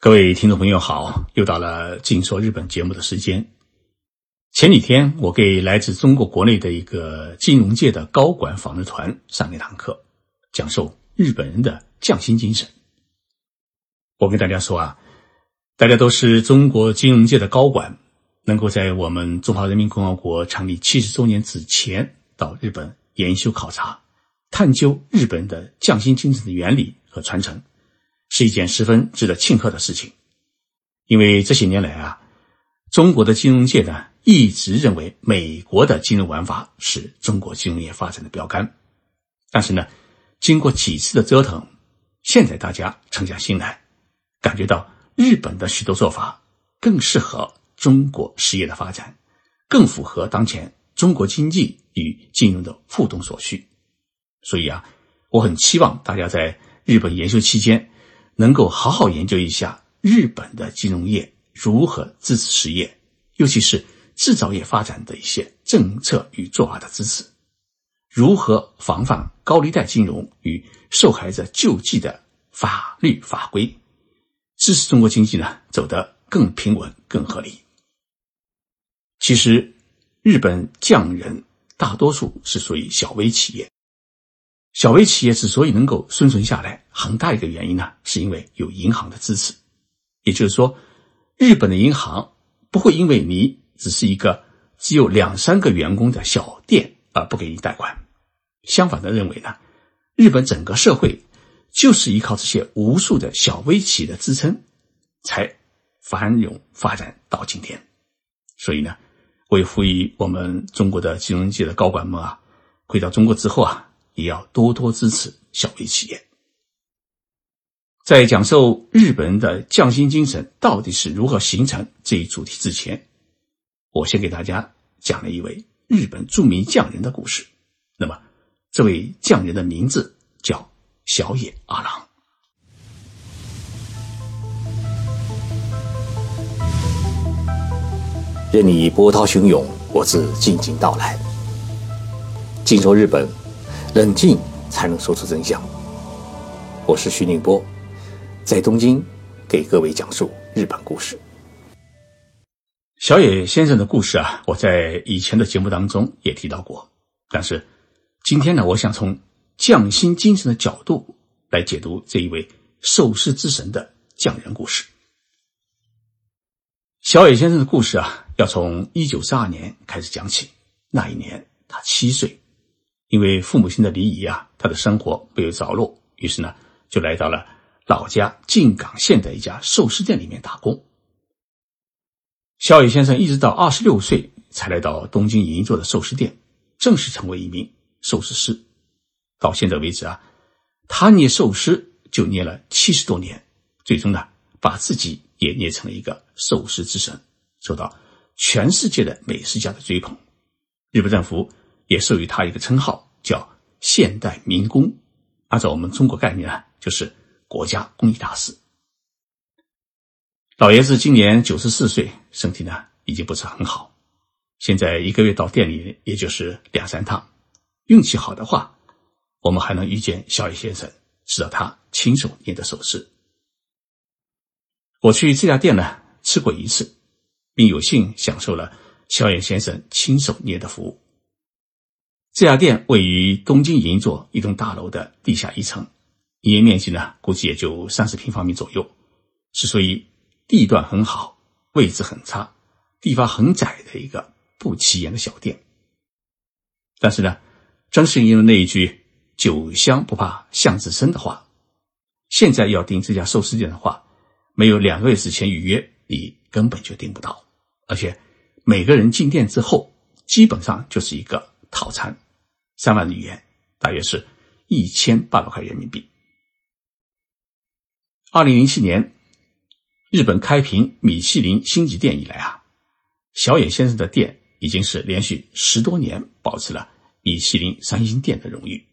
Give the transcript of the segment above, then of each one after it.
各位听众朋友好，又到了静说日本节目的时间。前几天我给来自中国国内的一个金融界的高管访问团上了一堂课，讲授日本人的匠心精神。我跟大家说大家都是中国金融界的高管，能够在我们中华人民共和国成立70周年之前到日本研修考察，探究日本的匠心精神的原理和传承，是一件十分值得庆贺的事情。因为这些年来中国的金融界呢一直认为美国的金融玩法是中国金融业发展的标杆，但是呢经过几次的折腾，现在大家沉下心来，感觉到日本的许多做法更适合中国实业的发展，更符合当前中国经济与金融的互动所需。所以我很期望大家在日本研修期间能够好好研究一下日本的金融业如何支持实业，尤其是制造业发展的一些政策与做法的支持，如何防范高利贷金融与受害者救济的法律法规，支持中国经济呢走得更平稳更合理。其实日本匠人大多数是属于小微企业，小微企业之所以能够生存下来，很大一个原因呢是因为有银行的支持。也就是说，日本的银行不会因为你只是一个只有2-3个员工的小店而不给你贷款。相反的认为呢，日本整个社会就是依靠这些无数的小微企业的支撑才繁荣发展到今天。所以呢，我也呼吁我们中国的金融界的高管们回到中国之后也要多多支持小微企业。在讲授日本人的匠心精神到底是如何形成这一主题之前，我先给大家讲了一位日本著名匠人的故事。那么这位匠人的名字叫小野阿郎。 任你波涛汹涌，我自静静到来。静说日本，冷静才能说出真相。我是徐宁波，在东京给各位讲述日本故事。 小野先生的故事我在以前的节目当中也提到过，但是今天呢，我想从匠心精神的角度来解读这一位寿司之神的匠人故事。小野先生的故事要从1942年开始讲起。那一年他7岁，因为父母亲的离异他的生活没有着落，于是呢就来到了老家静冈县的一家寿司店里面打工。小野先生一直到26岁才来到东京银座的寿司店，正式成为一名寿司师。到现在为止他捏寿司就捏了70多年，最终呢把自己也捏成了一个寿司之神，受到全世界的美食家的追捧。日本政府也授予他一个称号叫现代民工，按照我们中国概念就是国家工艺大师。老爷子今年94岁，身体呢已经不是很好，现在一个月到店里也就是2-3趟，运气好的话我们还能遇见小野先生，吃到他亲手捏的寿司。我去这家店呢吃过一次，并有幸享受了小野先生亲手捏的服务。这家店位于东京银座一栋大楼的地下1层，营业面积呢估计也就30平方米左右，是属于地段很好、位置很差、地方很窄的一个不起眼的小店。但是呢，正是因为那一句酒香不怕巷子深的话，现在要订这家寿司店的话，没有2个月之前预约你根本就订不到，而且每个人进店之后基本上就是一个套餐，3万日元，大约是1800块人民币。2007年日本开平米其林星级店以来小野先生的店已经是连续10多年保持了米其林3星店的荣誉。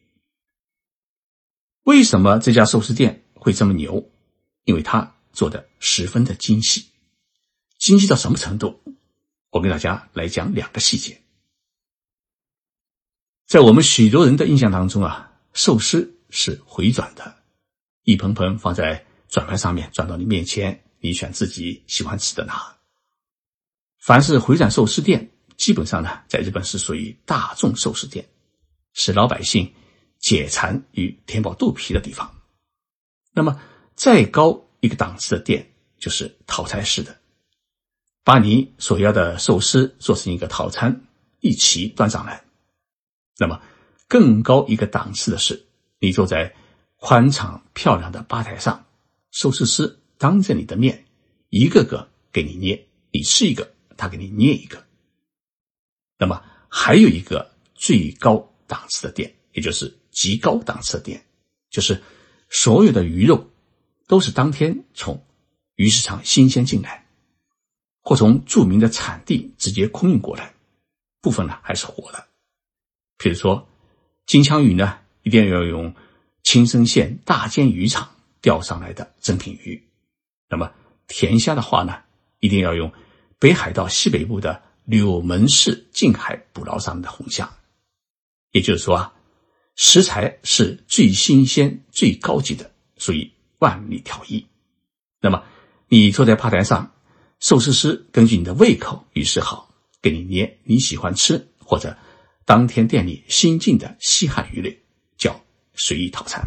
为什么这家寿司店会这么牛？因为它做得十分的精细。精细到什么程度？我跟大家来讲2个细节。在我们许多人的印象当中寿司是回转的，一盆盆放在转盘上面，转到你面前， 你选自己喜欢吃的拿。凡是回转寿司店，基本上呢，在日本是属于大众寿司店，是老百姓解馋与填饱肚皮的地方。那么再高一个档次的店就是套餐式的，把你所要的寿司做成一个套餐，一起端上来。那么更高一个档次的是，你坐在宽敞漂亮的吧台上，寿司师当着你的面一个个给你捏，你吃一个他给你捏一个。那么还有一个最高档次的店，也就是极高档次的店，就是所有的鱼肉都是当天从鱼市场新鲜进来，或从著名的产地直接空运过来，部分呢还是活的。譬如说金枪鱼呢，一定要用青森县大间渔场钓上来的正品鱼。那么甜虾的话呢，一定要用北海道西北部的柳门市近海捕捞上的红虾。也就是说食材是最新鲜最高级的，所以万里挑一。那么你坐在吧台上，寿司师根据你的胃口与嗜好给你捏你喜欢吃或者当天店里新进的稀罕鱼类，叫随意套餐。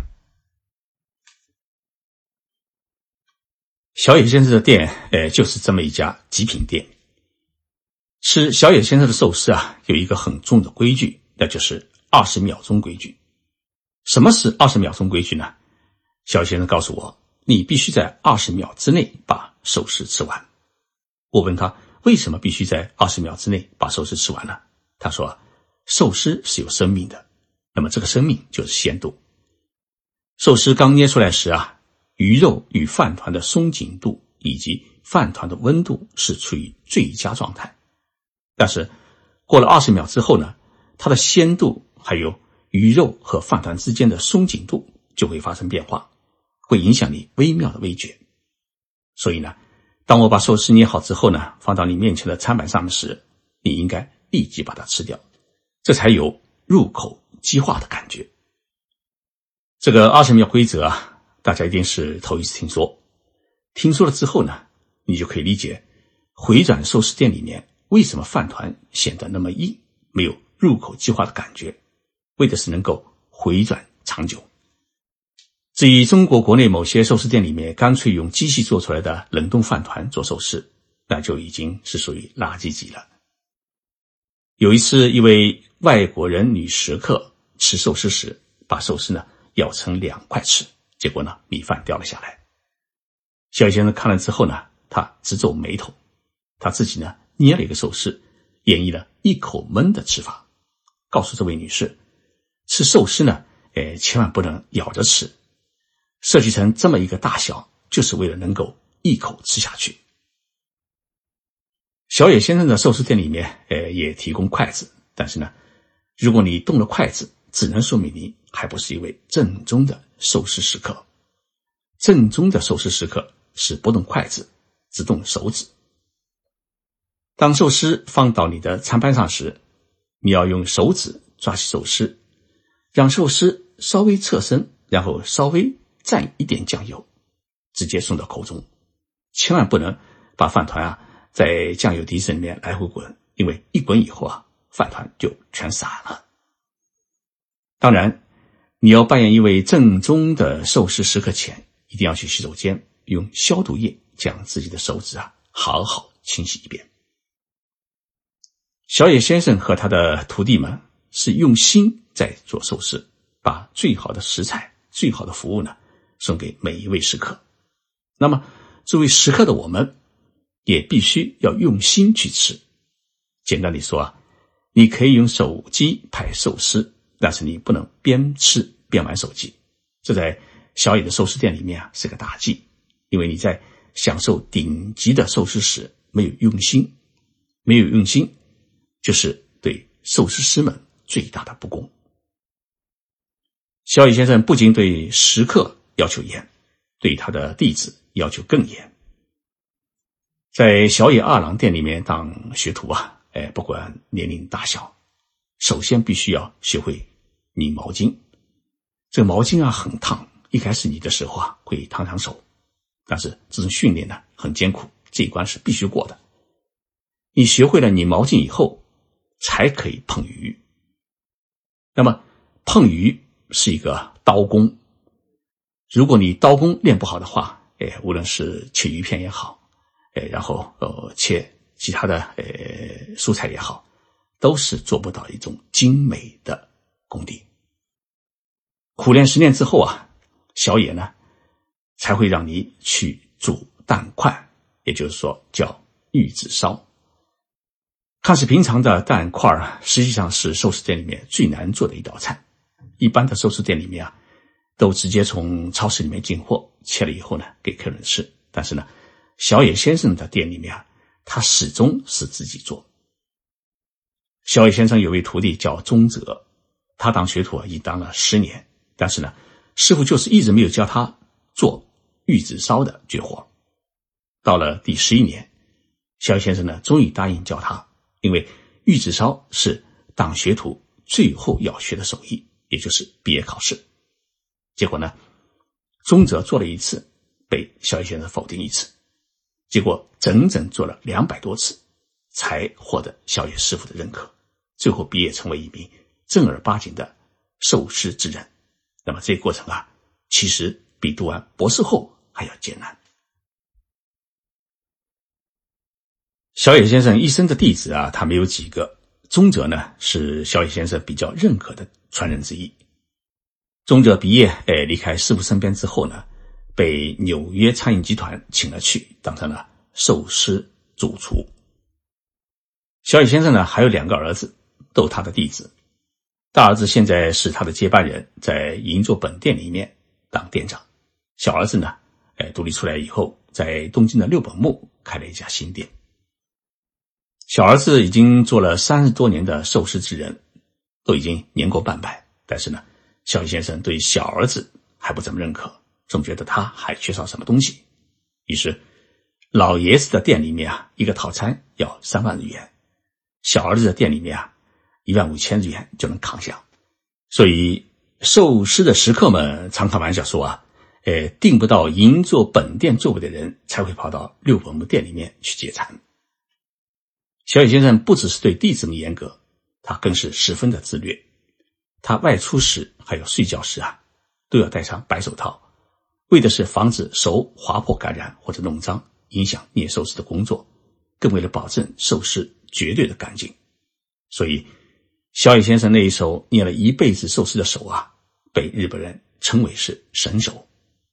小野先生的店就是这么一家极品店。吃小野先生的寿司有一个很重的规矩，那就是20秒钟规矩。什么是20秒钟规矩呢？小野先生告诉我，你必须在20秒之内把寿司吃完。我问他为什么必须在20秒之内把寿司吃完呢？他说寿司是有生命的，那么这个生命就是鲜度。寿司刚捏出来时鱼肉与饭团的松紧度以及饭团的温度是处于最佳状态。但是过了20秒之后呢，它的鲜度还有鱼肉和饭团之间的松紧度就会发生变化，会影响你微妙的味觉。所以呢，当我把寿司捏好之后呢，放到你面前的餐盘上面时，你应该立即把它吃掉，这才有入口即化的感觉。这个20秒规则大家一定是头一次听说。听说了之后呢，你就可以理解回转寿司店里面为什么饭团显得那么硬，没有入口即化的感觉，为的是能够回转长久。至于中国国内某些寿司店里面干脆用机器做出来的冷冻饭团做寿司，那就已经是属于垃圾级了。有一次一位外国人女食客吃寿司时，把寿司呢咬成2块吃，结果呢米饭掉了下来。小野先生看了之后呢，他直皱眉头，他自己呢捏了一个寿司，演绎了一口闷的吃法，告诉这位女士，吃寿司呢千万不能咬着吃，设计成这么一个大小就是为了能够一口吃下去。小野先生的寿司店里面也提供筷子，但是呢，如果你动了筷子，只能说明你还不是一位正宗的寿司食客。正宗的寿司食客是不动筷子，只动手指。当寿司放到你的餐盘上时，你要用手指抓起寿司，让寿司稍微侧身，然后稍微蘸一点酱油，直接送到口中。千万不能把饭团在酱油滴子里面来回滚，因为一滚以后饭团就全散了。当然，你要扮演一位正宗的寿司食客前，一定要去洗手间用消毒液将自己的手指好好清洗一遍。小野先生和他的徒弟们是用心在做寿司，把最好的食材最好的服务呢送给每一位食客。那么作为食客的我们也必须要用心去吃。简单地说你可以用手机拍寿司，但是你不能边吃边玩手机，这在小野的寿司店里面是个大忌。因为你在享受顶级的寿司时没有用心就是对寿司师们最大的不公。小野先生不仅对食客要求严，对他的弟子要求更严。在小野二郎店里面当学徒不管年龄大小，首先必须要学会拧毛巾。这个毛巾很烫，一开始拧的时候会烫手，但是这种训练呢很艰苦，这一关是必须过的。你学会了拧毛巾以后，才可以碰鱼。那么碰鱼是一个刀工，如果你刀工练不好的话，无论是切鱼片也好，然后切其他的蔬菜也好，都是做不到一种精美的功底。苦练10年之后啊，小野呢才会让你去煮蛋块，也就是说叫玉子烧。看似平常的蛋块啊，实际上是寿司店里面最难做的一道菜。一般的寿司店里面啊，都直接从超市里面进货，切了以后呢给客人吃。但是呢，小野先生的店里面啊，他始终是自己做。小野先生有位徒弟叫宗泽，他当学徒已当了10年，但是呢，师傅就是一直没有教他做玉子烧的绝活。到了第11年，小野先生呢终于答应教他，因为玉子烧是当学徒最后要学的手艺，也就是毕业考试。结果呢，宗泽做了一次，被小野先生否定一次，结果整整做了200多次，才获得小野师傅的认可，最后毕业成为一名正儿八经的寿司之人。那么这个过程啊，其实比读完博士后还要艰难。小野先生一生的弟子啊，他没有几个，宗泽呢是小野先生比较认可的传人之一。宗泽毕业离开师傅身边之后呢，被纽约餐饮集团请了去，当成了寿司主厨。小野先生呢还有2个儿子，都他的弟子。大儿子现在是他的接班人，在银座本店里面当店长。小儿子呢独立出来以后，在东京的六本木开了一家新店。小儿子已经做了30多年的寿司之人，都已经年过半百，但是呢，小野先生对小儿子还不怎么认可，总觉得他还缺少什么东西。于是老爷子的店里面啊，一个套餐要3万日元，小儿子的店里面啊15000日元就能扛下。所以寿司的食客们常开玩笑说啊，订不到银座本店座位的人才会跑到六本木店里面去解馋。小野先生不只是对弟子们严格，他更是十分的自律。他外出时还有睡觉时啊，都要戴上白手套，为的是防止手划破感染或者弄脏，影响捏寿司的工作，更为了保证寿司绝对的干净。所以小野先生那一手捏了一辈子寿司的手啊，被日本人称为是神手。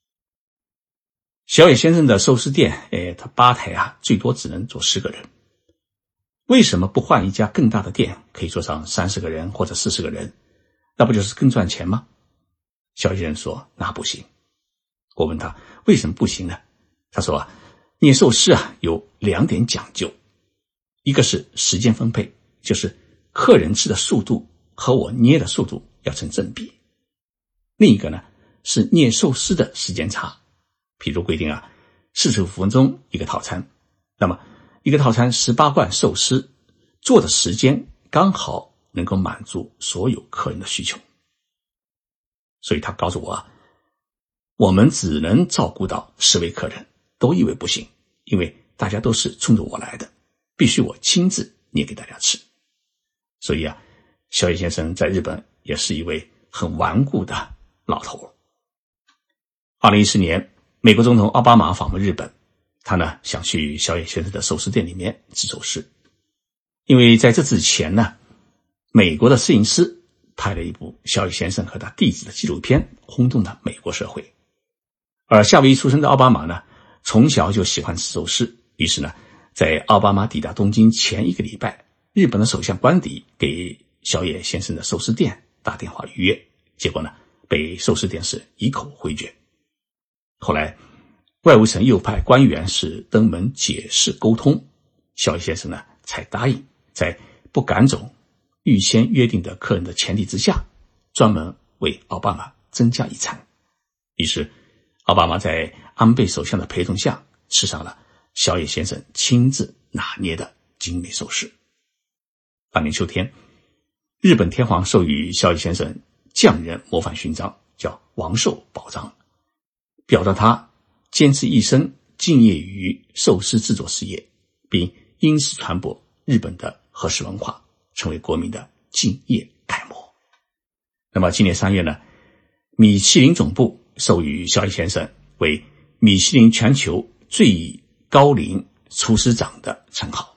小野先生的寿司店他吧台啊最多只能坐10个人。为什么不换一家更大的店，可以坐上30个人或者40个人？那不就是更赚钱吗？小野先生说那不行。我问他为什么不行呢？他说捏寿司啊有2点讲究，一个是时间分配，就是客人吃的速度和我捏的速度要成正比。另一个呢是捏寿司的时间差，譬如规定啊45分钟一个套餐，那么一个套餐18罐寿司做的时间刚好能够满足所有客人的需求。所以他告诉我我们只能照顾到10位客人，都以为不行，因为大家都是冲着我来的，必须我亲自捏给大家吃。所以小野先生在日本也是一位很顽固的老头。2014年美国总统奥巴马访问日本，他呢想去小野先生的寿司店里面吃寿司。因为在这之前呢，美国的摄影师拍了一部小野先生和他弟子的纪录片，轰动了美国社会。而夏威夷出生的奥巴马呢，从小就喜欢吃寿司，于是呢，在奥巴马抵达东京前1个礼拜，日本的首相官邸给小野先生的寿司店打电话预约，结果呢，被寿司店是一口回绝。后来外务省又派官员是登门解释沟通，小野先生呢才答应在不赶走预先约定的客人的前提之下，专门为奥巴马增加一餐。于是奥巴马在安倍首相的陪同下，吃上了小野先生亲自拿捏的精美寿司。当年秋天，日本天皇授予小野先生匠人模范勋章，叫王寿宝章，表彰他坚持一生敬业于寿司制作事业，并因此传播日本的和食文化，成为国民的敬业楷模。那么今年3月呢，米其林总部授予小野先生为米其林全球最高龄厨师长的称号。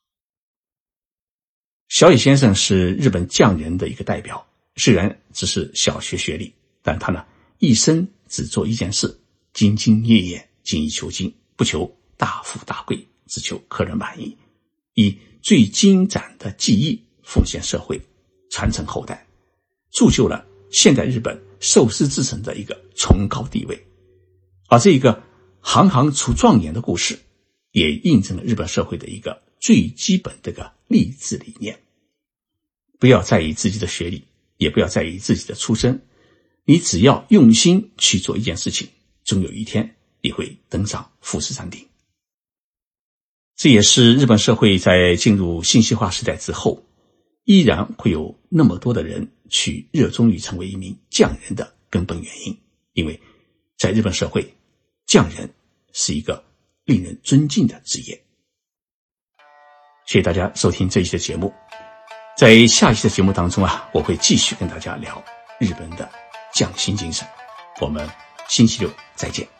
小野先生是日本匠人的一个代表，虽然只是小学学历，但他呢一生只做一件事，兢兢业业，精益求精，不求大富大贵，只求客人满意，以最精湛的技艺奉献社会，传承后代，铸就了现代日本寿司制成的一个崇高地位。而这一个行行出状元的故事，也印证了日本社会的一个最基本的一个励志理念：不要在意自己的学历，也不要在意自己的出身，你只要用心去做一件事情，终有一天你会登上富士山顶。这也是日本社会在进入信息化时代之后，依然会有那么多的人去热衷于成为一名匠人的根本原因。因为在日本社会，匠人是一个令人尊敬的职业。谢谢大家收听这一期的节目。在下一期的节目当中我会继续跟大家聊日本的匠心精神。我们星期六再见。